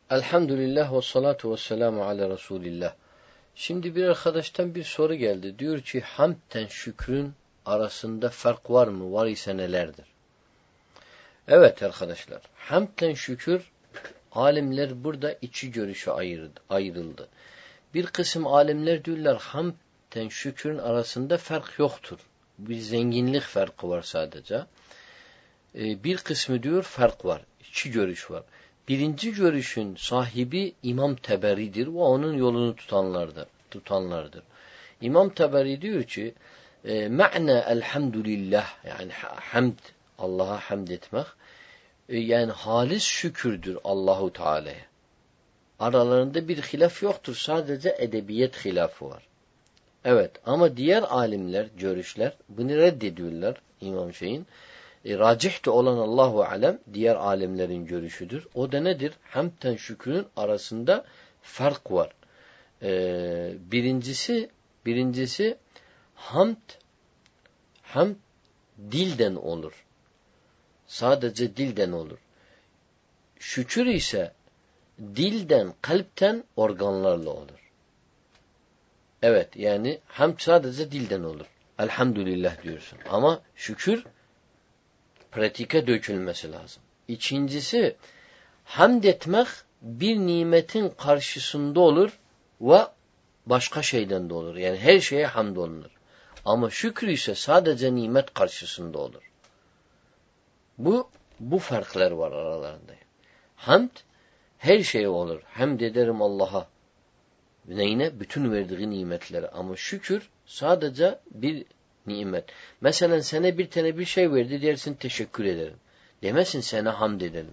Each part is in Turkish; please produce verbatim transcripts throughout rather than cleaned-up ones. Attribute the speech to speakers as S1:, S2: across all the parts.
S1: Elhamdülillah ve salatu ve selamu ala Resulillah. Şimdi bir arkadaştan bir soru geldi. Diyor ki hamdten şükrün arasında fark var mı? Var ise nelerdir? Evet arkadaşlar. Hamdten şükür alimler burada iki görüşe ayrıldı. Bir kısım alimler diyorlar hamdten şükrün arasında fark yoktur. Bir zenginlik farkı var sadece. Ee, bir kısmı diyor fark var. İki görüş var. Birinci görüşün sahibi İmam Teberi'dir ve onun yolunu tutanlardır. tutanlardır. İmam Teberi diyor ki e, ma'na elhamdülillah yani hamd, Allah'a hamd etmek e, yani halis şükürdür Allahu Teala'ya. Aralarında bir hilaf yoktur. Sadece edebiyet hilafı var. Evet ama diğer alimler, görüşler bunu reddediyorlar İmam Şeyh'in. E, racih de olan Allahu alem diğer alimlerin görüşüdür. O da nedir? Hamdten şükrün arasında fark var. E, birincisi birincisi hamd hamd dilden olur. Sadece dilden olur. Şükür ise dilden, kalpten, organlarla olur. Evet yani hamd sadece dilden olur. Elhamdülillah diyorsun. Ama şükür pratike dökülmesi lazım. İkincisi, hamd etmek bir nimetin karşısında olur ve başka şeyden de olur. Yani her şeye hamd olunur. Ama şükür ise sadece nimet karşısında olur. Bu, bu farklar var aralarında. Hamd her şeye olur. Hamd ederim Allah'a. Neyine? Bütün verdiği nimetlere. Ama şükür sadece bir nimet. Mesela sana bir tane bir şey verdi dersin teşekkür ederim. Demesin sana hamd edelim.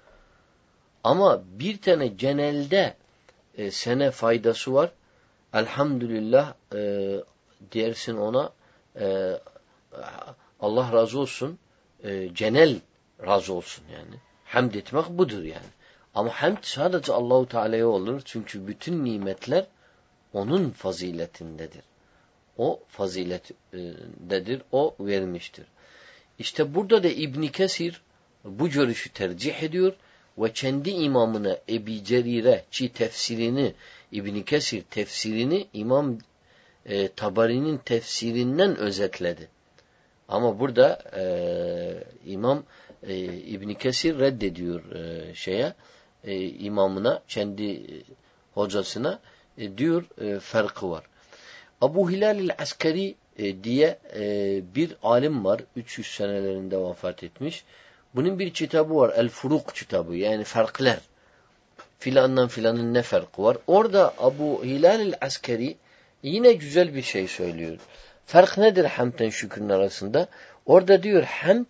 S1: Ama bir tane genelde e, sana faydası var. Elhamdülillah e, dersin ona e, Allah razı olsun. E, genel razı olsun yani. Hamd etmek budur yani. Ama hamd sadece Allahu Teala'ya olur. Çünkü bütün nimetler onun faziletindedir. O fazilettedir. O vermiştir. İşte burada da İbn Kesir bu görüşü tercih ediyor ve kendi imamına Ebi Cerire ki tefsirini İbn Kesir tefsirini İmam e, Tabari'nin tefsirinden özetledi. Ama burada e, İmam e, İbn Kesir reddediyor e, şeye e, imamına kendi e, hocasına e, diyor e, farkı var. Abu Hilal-i Askeri e, diye e, bir alim var. üç yüz senelerinde vefat etmiş. Bunun bir kitabı var. El-Furuk kitabı. Yani farklar. Filandan filanın ne farkı var? Orada Abu Hilal-i Askeri yine güzel bir şey söylüyor. Fark nedir hamdten şükrün arasında? Orada diyor hamd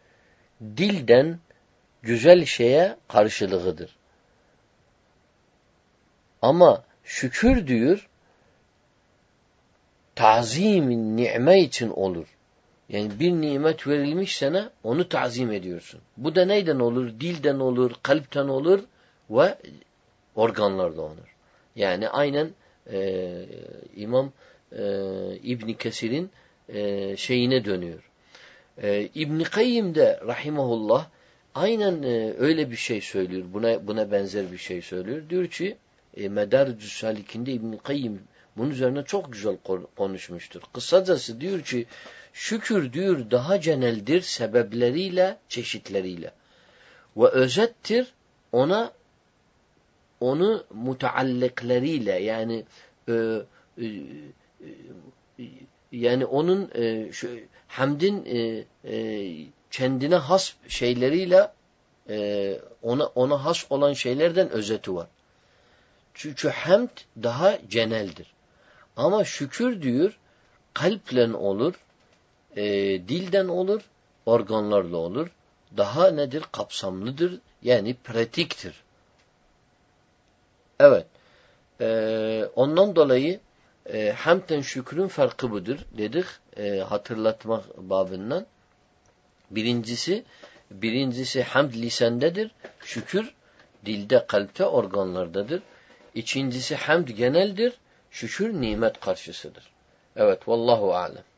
S1: dilden güzel şeye karşılığıdır. Ama şükür diyor tazimin ni'me için olur. Yani bir nimet verilmiş sana onu tazim ediyorsun. Bu da neyden olur? Dilden olur, kalpten olur ve organlarda olur. Yani aynen e, İmam e, İbn Kesir'in e, şeyine dönüyor. E, İbn Kayyim de rahimahullah aynen e, öyle bir şey söylüyor. Buna buna benzer bir şey söylüyor. Diyor ki e, Medaricus Salik'inde İbn Kayyim bunun üzerine çok güzel konuşmuştur. Kısacası diyor ki şükür diyor daha geneldir sebepleriyle, çeşitleriyle. Ve özettir ona onu muteallikleriyle yani e, e, e, yani onun e, şu, hamdin e, e, kendine has şeyleriyle e, ona ona has olan şeylerden özeti var. Çünkü hamd daha geneldir. Ama şükür diyor kalple olur, e, dilden olur, organlarla olur. Daha nedir? Kapsamlıdır. Yani pratiktir. Evet. E, ondan dolayı e, hamdten şükrün farkı budur dedik. E, hatırlatmak babından. Birincisi birincisi hamd lisandedir. Şükür dilde, kalpte, organlardadır. İkincisi hamd geneldir. Şükür nimet karşısıdır. Evet, vallahu alem.